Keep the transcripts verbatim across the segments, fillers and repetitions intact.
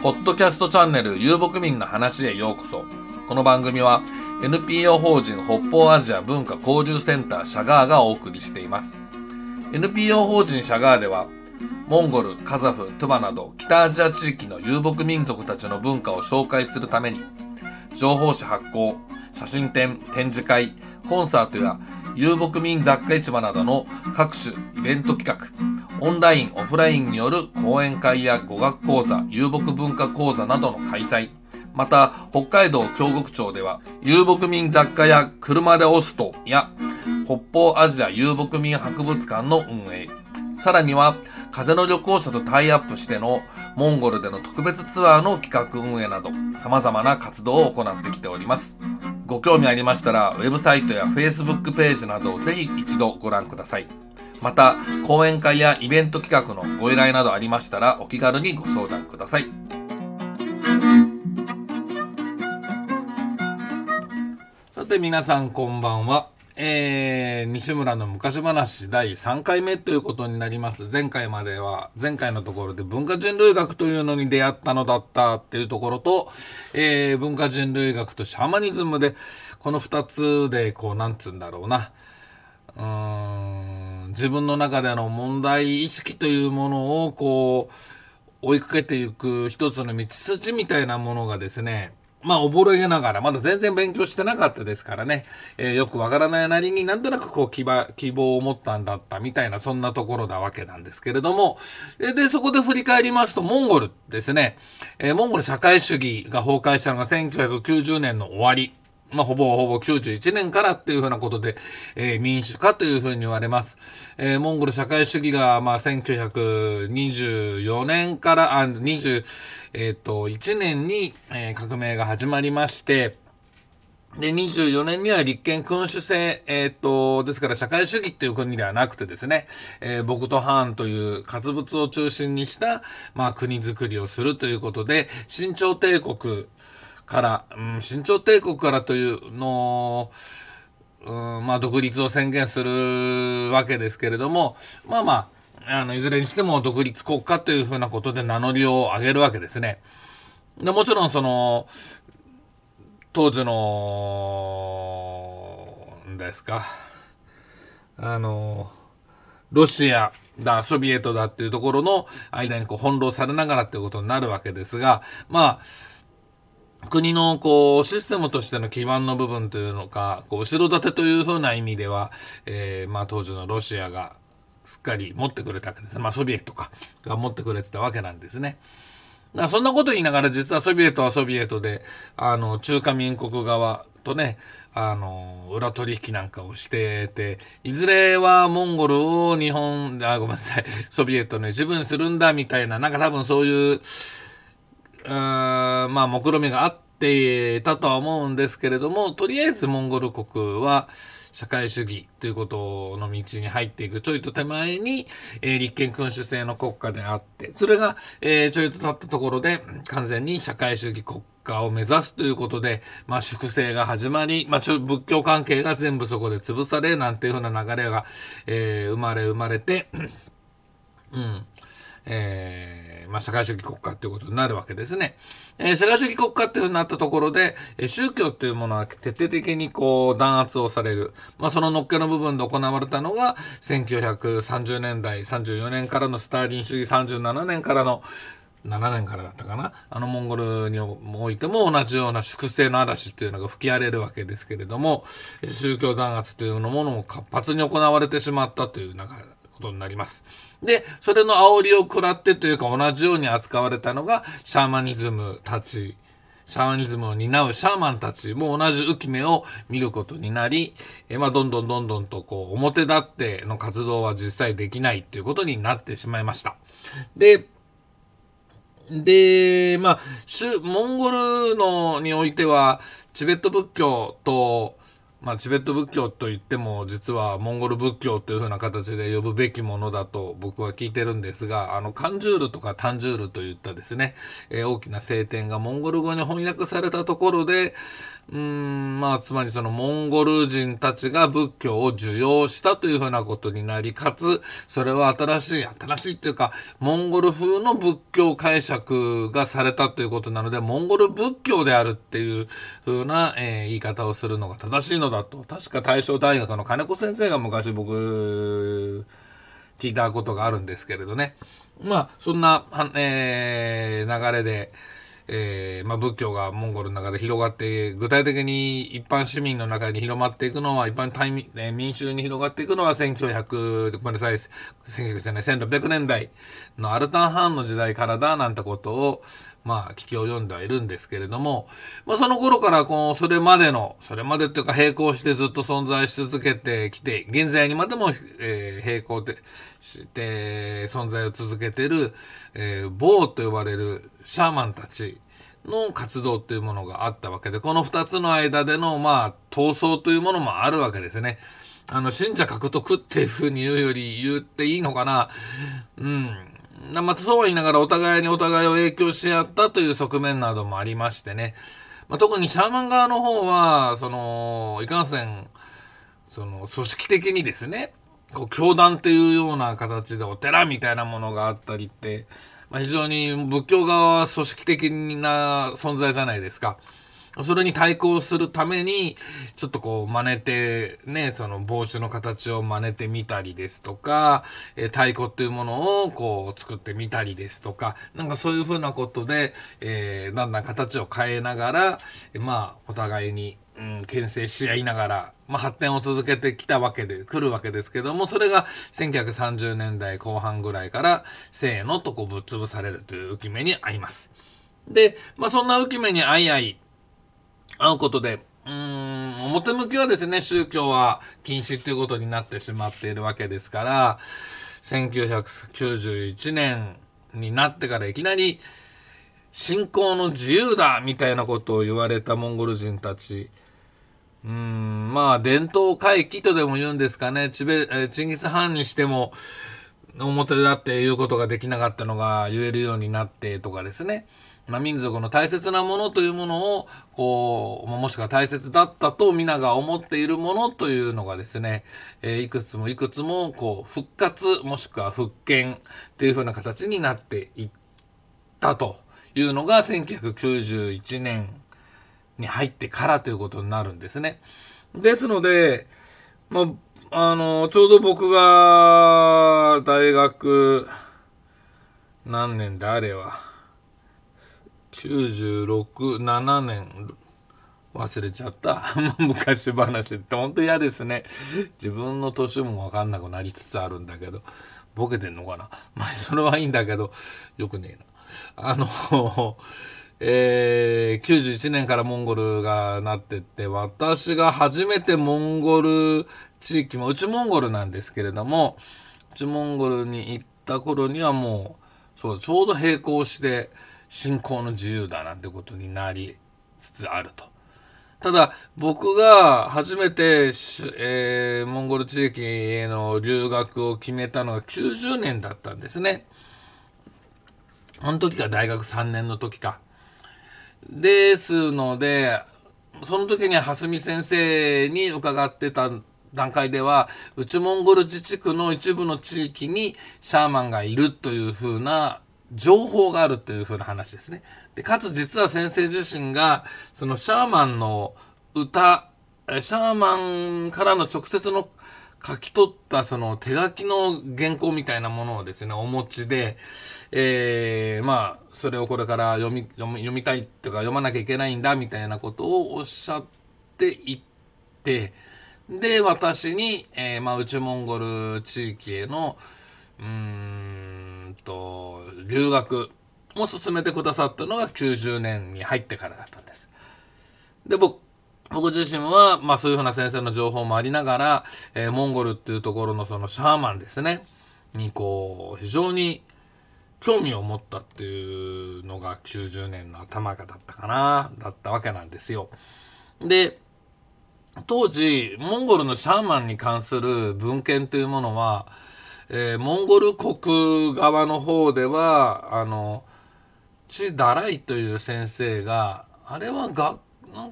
ポッドキャストチャンネル遊牧民の話へようこそ。この番組は エヌピーオー 法人北方アジア文化交流センターシャガーがお送りしています。 エヌピーオー 法人シャガーではモンゴル、カザフ、トゥバなど北アジア地域の遊牧民族たちの文化を紹介するために情報誌発行、写真展、展示会、コンサートや遊牧民雑貨市場などの各種イベント企画、オンライン、オフラインによる講演会や語学講座、遊牧文化講座などの開催、また北海道京極町では遊牧民雑貨や車でオストや北方アジア遊牧民博物館の運営、さらには風の旅行者とタイアップしてのモンゴルでの特別ツアーの企画運営など様々な活動を行ってきております。ご興味ありましたらウェブサイトや Facebook ページなどをぜひ一度ご覧ください。また講演会やイベント企画のご依頼などありましたらお気軽にご相談ください。さて皆さんこんばんは。えー、西村の昔話だいさんかいめということになります。前回までは前回のところで文化人類学というのに出会ったのだったっていうところと、えー、文化人類学とシャーマニズムでこのふたつでこうなんつうんだろうな、うーん自分の中での問題意識というものをこう追いかけていく一つの道筋みたいなものがですね、まあ、おぼろげながら、まだ全然勉強してなかったですからね、えー、よくわからないなりになんとなくこう希望、希望を持ったんだったみたいな、そんなところなわけなんですけれども、で、そこで振り返りますと、モンゴルですね、えー、モンゴル社会主義が崩壊したのがせんきゅうひゃくきゅうじゅうねんの終わり。まあ、ほぼほぼきゅうじゅういちねんからっていうふうなことで、えー、民主化というふうに言われます。えー、モンゴル社会主義が、まあ、せんきゅうひゃくにじゅうよねんから、あ、にじゅう、えっと、いちねんに、えー、革命が始まりまして、で、にじゅうよねんには立憲君主制、えっと、ですから社会主義っていう国ではなくてですね、えー、ボクトハーンという活物を中心にした、まあ、国づくりをするということで、新朝帝国、から、うん、新朝帝国からというのを、うん、まあ独立を宣言するわけですけれども、まあまあ、あの、いずれにしても独立国家というふうなことで名乗りを上げるわけですね。で、もちろんその、当時の、ですか、あの、ロシアだ、ソビエトだっていうところの間にこう翻弄されながらっていうことになるわけですが、まあ、国のこうシステムとしての基盤の部分というのか、こう後ろ盾というふうな意味では、えー、まあ当時のロシアがすっかり持ってくれたわけです。まあソビエトかが持ってくれてたわけなんですね。だからそんなこと言いながら実はソビエトはソビエトで、あの中華民国側とね、あの裏取引なんかをしてて、いずれはモンゴルを日本、あ、ごめんなさい、ソビエトの一部にするんだみたいな、なんか多分そういううーんまあ目論見があってたとは思うんですけれども、とりあえずモンゴル国は社会主義ということの道に入っていくちょいと手前に、えー、立憲君主制の国家であって、それが、えー、ちょいと経ったところで完全に社会主義国家を目指すということで、まあ粛清が始まり、まあ仏教関係が全部そこで潰されなんていうふうな流れが、えー、生まれ生まれてうん。えー、まあ、社会主義国家っていうことになるわけですね。えー、社会主義国家っていうふうになったところで、えー、宗教っていうものは徹底的にこう弾圧をされる。まあ、その乗っけの部分で行われたのが、せんきゅうひゃくさんじゅうねんだい、さんじゅうよねんからのスターリン主義、さんじゅうななねんからの、ななねんからだったかな。あのモンゴルにおいても同じような粛清の嵐っていうのが吹き荒れるわけですけれども、宗教弾圧というものも活発に行われてしまったというなんかことになります。で、それの煽りを食らってというか同じように扱われたのがシャーマニズムたち、シャーマニズムを担うシャーマンたちも同じ浮き目を見ることになり、えまあどんどんどんどんとこう表立っての活動は実際できないということになってしまいました。で、で、まあ、モンゴルのにおいてはチベット仏教とまあ、チベット仏教といっても実はモンゴル仏教というふうな形で呼ぶべきものだと僕は聞いてるんですが、あのカンジュールとかタンジュールといったですね、えー、大きな聖典がモンゴル語に翻訳されたところで、 うーん、まあ、つまりそのモンゴル人たちが仏教を受容したというふうなことになり、かつ、それは新しい、新しいっていうか、モンゴル風の仏教解釈がされたということなので、モンゴル仏教であるっていうふうな、えー、言い方をするのが正しいのだと。確か大正大学の金子先生が昔僕、聞いたことがあるんですけれどね。まあ、そんな、えー、流れで、えー、まあ仏教がモンゴルの中で広がって、具体的に一般市民の中に広まっていくのは、一般大民、えー、民衆に広がっていくのはせんきゅうひゃく、ごめんなさい、せんきゅうひゃくじゃない、せんろっぴゃくねんだいのアルタンハーンの時代からだ、なんてことを、まあ、聞きを読んではいるんですけれども、まあその頃からこう、それまでの、それまでっていうか並行してずっと存在し続けてきて、現在にまでも、えー、並行でして存在を続けている、えー、ボーと呼ばれるシャーマンたちの活動というものがあったわけで、この二つの間での、まあ、闘争というものもあるわけですね。あの、信者獲得っていうふうに言うより言っていいのかな。うん。まあ、そうは言いながらお互いにお互いを影響し合ったという側面などもありましてね。まあ、特にシャーマン側の方は、その、いかんせん、その、組織的にですね、こう、教団っていうような形でお寺みたいなものがあったりって、まあ、非常に仏教側は組織的な存在じゃないですか。それに対抗するために、ちょっとこう真似て、ね、その帽子の形を真似てみたりですとか、えー、太鼓っていうものをこう作ってみたりですとか、なんかそういうふうなことで、えー、だんだん形を変えながら、まあ、お互いに、うん、牽制し合いながら、まあ、発展を続けてきたわけで、来るわけですけども、それがせんきゅうひゃくさんじゅうねんだいこう半ぐらいから、せーのとこうぶっ潰されるという浮き目に遭います。で、まあ、そんな浮き目に遭い合い、会うことで、うーん、表向きはですね、宗教は禁止ということになってしまっているわけですから、せんきゅうひゃくきゅうじゅういちねんになってからいきなり、信仰の自由だみたいなことを言われたモンゴル人たち、うーん、まあ、伝統回帰とでも言うんですかね、チベ、えチンギス・ハンにしても、表立って言うことができなかったのが言えるようになってとかですね。まあ、民族の大切なものというものを、こう、もしくは大切だったと皆が思っているものというのがですね、えー、いくつもいくつも、こう、復活、もしくは復権っていう風な形になっていったというのがせんきゅうひゃくきゅうじゅういちねんに入ってからということになるんですね。ですので、まあ、あの、ちょうど僕が大学、何年だあれは、きゅうじゅうろく、ななねん、忘れちゃった。昔話って本当嫌ですね。自分の年もわかんなくなりつつあるんだけど、ボケてんのかな。まあ、それはいいんだけど、よくねえな。あの、えー、きゅうじゅういちねんからモンゴルがなってって、私が初めてモンゴル地域も、内モンゴルなんですけれども、内モンゴルに行った頃にはもう、そう、ちょうど並行して、信仰の自由だなんてことになりつつあると。ただ、僕が初めて、えー、モンゴル地域への留学を決めたのがきゅうじゅうねんだったんですね。あの時が大学さんねんの時か。ですので、その時に蓮見先生に伺ってた段階では、内モンゴル自治区の一部の地域にシャーマンがいるというふうな情報があるというふうな話ですね。で、かつ実は先生自身が、そのシャーマンの歌、シャーマンからの直接の書き取ったその手書きの原稿みたいなものをですね、お持ちで、えー、まあ、それをこれから読み、読み、読みたいとか読まなきゃいけないんだみたいなことをおっしゃっていって、で、私に、えー、まあ、内モンゴル地域への、うーんと、留学も進めてくださったのがきゅうじゅうねんに入ってからだったんです。で、僕、僕自身は、まあそういうふうな先生の情報もありながら、えー、モンゴルっていうところのそのシャーマンですね、にこう、非常に興味を持ったっていうのがきゅうじゅうねんの頭がだったかな、だったわけなんですよ。で、当時、モンゴルのシャーマンに関する文献というものは、えー、モンゴル国側の方では、あの、チ・ダライという先生が、あれはが、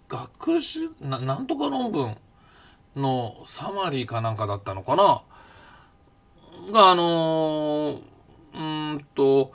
学習な、なんとか論文のサマリーかなんかだったのかなが、あのー、うーんと、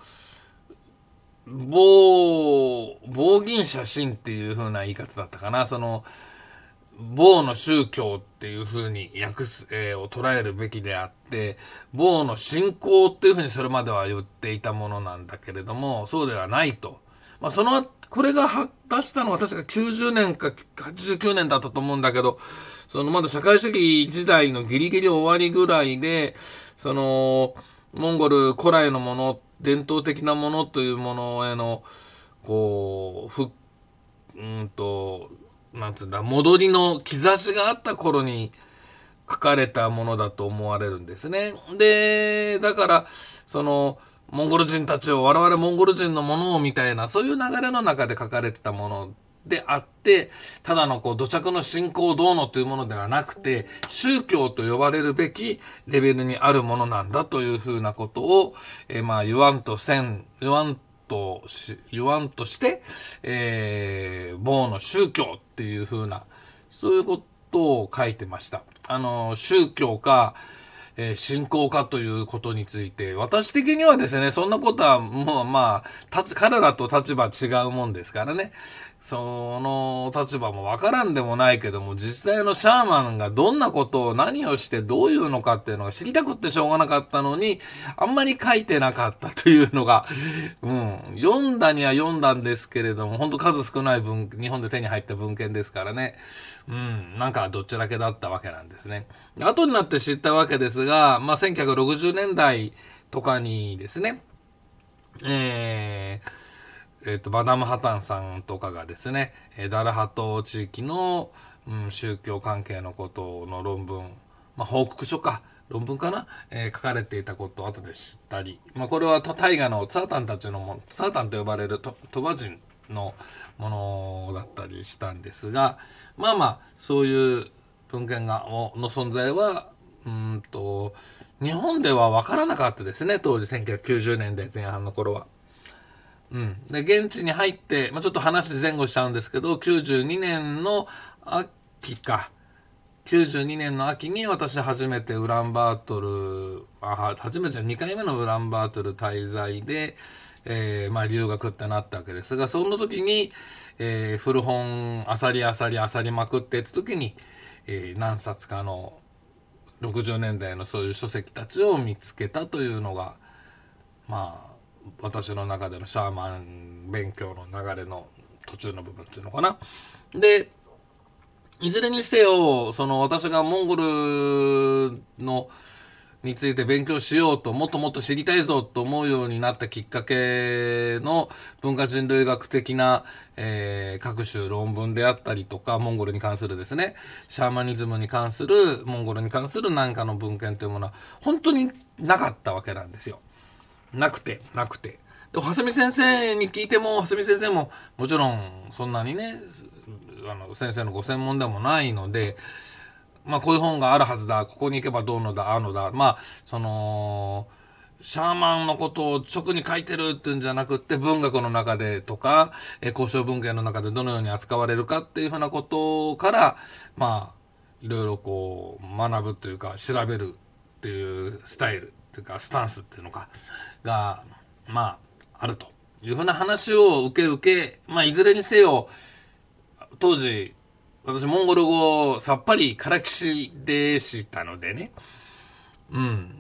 某、某銀写真っていう風な言い方だったかな。その、某の宗教っていう風に訳す、えー、を捉えるべきであって、某の信仰っていう風にそれまでは言っていたものなんだけれども、そうではないと。まあ、その、これが出したのは確かきゅうじゅうねんかはちじゅうきゅうねんだったと思うんだけど、そのまだ社会主義時代のギリギリ終わりぐらいで、その、モンゴル古来のもの、伝統的なものというものへの、こう、ふ、うんと、なんつうんだ、戻りの兆しがあった頃に書かれたものだと思われるんですね。で、だから、その、モンゴル人たちを我々モンゴル人のものをみたいな、そういう流れの中で書かれてたものであって、ただのこう土着の信仰どうのというものではなくて、宗教と呼ばれるべきレベルにあるものなんだというふうなことを、えー、まあ言わんとせん、言わんとし、言わんとして、えー、某の宗教っていうふうな、そういうことを書いてました。あの、宗教か、えー、信仰かということについて、私的にはですね、そんなことはもうまあ、立つ、彼らと立場違うもんですからね。その立場もわからんでもないけども、実際のシャーマンがどんなことを何をしてどういうのかっていうのが知りたくってしょうがなかったのに、あんまり書いてなかったというのが、うん、読んだには読んだんですけれども、ほんと数少ない文、日本で手に入った文献ですからね。うん、なんかどっちだけだったわけなんですね。後になって知ったわけですが、まあ、せんきゅうひゃくろくじゅうねんだいとかにですね、えー、えっと、バダムハタンさんとかがですね、ダルハト地域の、うん、宗教関係のことの論文、まあ、報告書か、論文かな、えー、書かれていたことを後で知ったり、まあ、これは大河のツァータンたちのも、ツァータンと呼ばれるトトバ人のものだったりしたんですが、まあまあ、そういう文献が、の存在は、うんと、日本では分からなかったですね、当時せんきゅうひゃくきゅうじゅうねんだいぜん半の頃は。うん。で、現地に入って、まあ、ちょっと話前後しちゃうんですけど、きゅうじゅうにねんの秋か。きゅうじゅうにねんの秋に私初めてウランバートル、あ、初めてじゃにかいめのウランバートル滞在で、えー、まあ留学ってなったわけですが、その時に、えー、古本、あさりあさりあさりまくってって時に、えー、何冊かのろくじゅうねんだいのそういう書籍たちを見つけたというのが、まあ、私の中でのシャーマン勉強の流れの途中の部分っていうのかな。で、いずれにしてよ、その私がモンゴルのについて勉強しようと、もっともっと知りたいぞと思うようになったきっかけの文化人類学的な、えー、各種論文であったりとか、モンゴルに関するですね、シャーマニズムに関する、モンゴルに関する何かの文献というものは本当になかったわけなんですよ。なくて、なくて。で、蓮見先生に聞いても、蓮見先生ももちろんそんなにね、あの、先生のご専門でもないので、まあこういう本があるはずだ、ここに行けばどうのだ、ああのだ、まあ、その、シャーマンのことを直に書いてるっていうんじゃなくって、文学の中でとか、え交渉文献の中でどのように扱われるかっていうふうなことから、まあ、いろいろこう、学ぶというか、調べるっていうスタイルっていうか、スタンスっていうのか、が、まあ、あるというふうな話を受け受け、まあ、いずれにせよ、当時、私、モンゴル語さっぱりからきしでしたのでね。うん。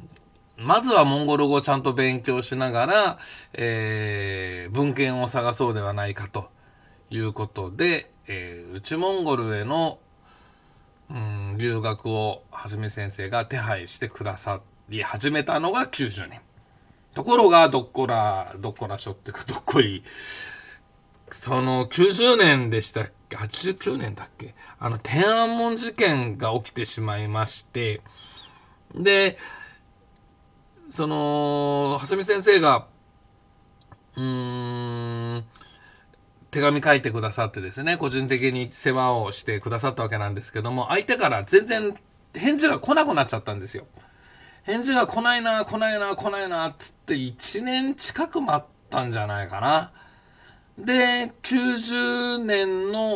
まずはモンゴル語をちゃんと勉強しながら、えー、文献を探そうではないかということで、えー、内モンゴルへの、うん、留学をはじめ先生が手配してくださり始めたのがきゅうじゅうねん。ところが、どっこら、どっこらしょっていうか、どっこい、そのきゅうじゅうねんでしたっけ ?はちじゅうきゅうねんだっけあの、天安門事件が起きてしまいまして、で、その、蓮見先生が、うーん、手紙書いてくださってですね、個人的に世話をしてくださったわけなんですけども、相手から全然返事が来なくなっちゃったんですよ。返事が来ないな、来ないな、来ないな、つっていちねん近く待ったんじゃないかな。で、きゅうじゅうねんの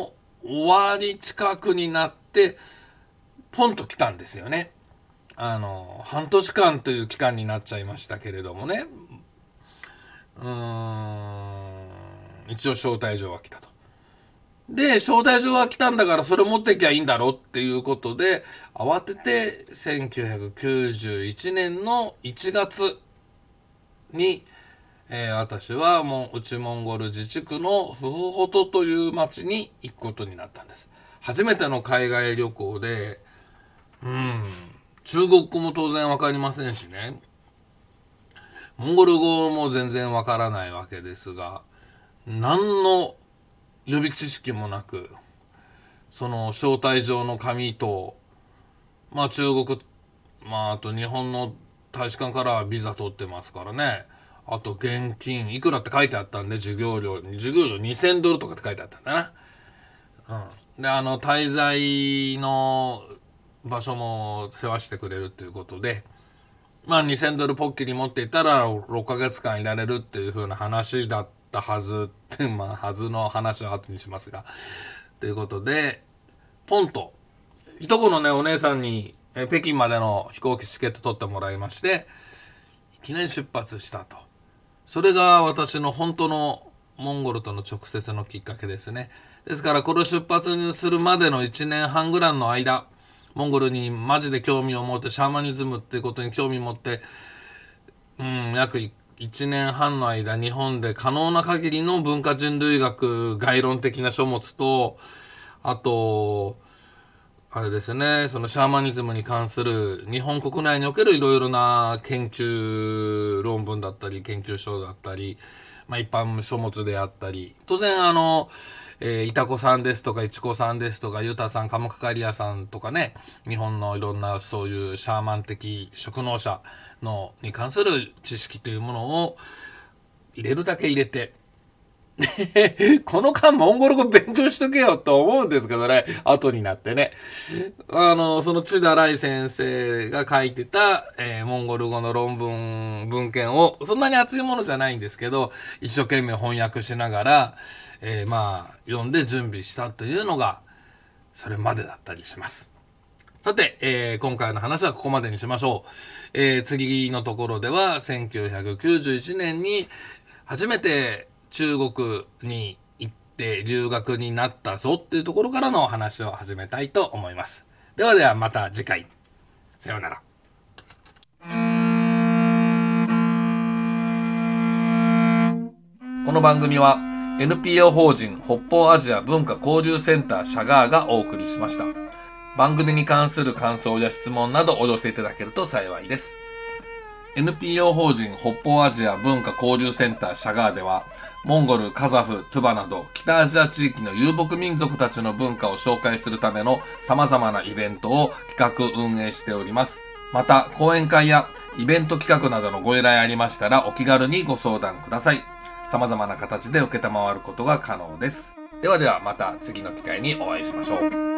終わり近くになって、ポンと来たんですよね。あの、半年間という期間になっちゃいましたけれどもね。うーん、一応招待状は来たと。で、招待状は来たんだからそれ持ってきゃいいんだろうっていうことで、慌ててせんきゅうひゃくきゅうじゅういちねんのいちがつに、えー、私はもう内モンゴル自治区のフフホトという町に行くことになったんです。初めての海外旅行で、うん、中国語も当然わかりませんしね。モンゴル語も全然わからないわけですが、何の予備知識もなく、その招待状の紙と、まあ中国、まああと日本の大使館からはビザ取ってますからね。あと現金、いくらって書いてあったんで、授業料、授業料にせんドルとかって書いてあったんだな。うん。で、あの、滞在の場所も世話してくれるっていうことで、まあにせんドルポッキリ持っていたらろっかげつかんいられるっていう風な話だったはずって、まあはずの話を後にしますが。ということで、ポンと、いとこのね、お姉さんにえ北京までの飛行機チケット取ってもらいまして、いきなり出発したと。それが私の本当のモンゴルとの直接のきっかけですね。ですからこれ出発にするまでのいちねんはんぐらいの間、モンゴルにマジで興味を持って、シャーマニズムっていうことに興味を持って、うん、約いちねんはんの間、日本で可能な限りの文化人類学概論的な書物と、あと、あれですね、そのシャーマニズムに関する日本国内におけるいろいろな研究論文だったり、研究書だったり、まあ一般書物であったり、当然あの、えー、いたこさんですとか、いちこさんですとか、ゆたさん、カムカカリアさんとかね、日本のいろんなそういうシャーマン的職能者のに関する知識というものを入れるだけ入れて、この間モンゴル語勉強しとけよと思うんですけどね、後になってね。あの、その千田来先生が書いてた、えー、モンゴル語の論文、文献を、そんなに厚いものじゃないんですけど、一生懸命翻訳しながら、えー、まあ、読んで準備したというのが、それまでだったりします。さて、えー、今回の話はここまでにしましょう。えー、次のところでは、せんきゅうひゃくきゅうじゅういちねんに、初めて、中国に行って留学になったぞっていうところからのお話を始めたいと思います。ではではまた次回。さようなら。この番組は エヌピーオー 法人北方アジア文化交流センターシャガーがお送りしました。番組に関する感想や質問などお寄せいただけると幸いです。エヌピーオー 法人北方アジア文化交流センターシャガーでは、モンゴル、カザフ、トゥバなど北アジア地域の遊牧民族たちの文化を紹介するための様々なイベントを企画運営しております。また、講演会やイベント企画などのご依頼ありましたらお気軽にご相談ください。様々な形で受けたまわることが可能です。ではではまた次の機会にお会いしましょう。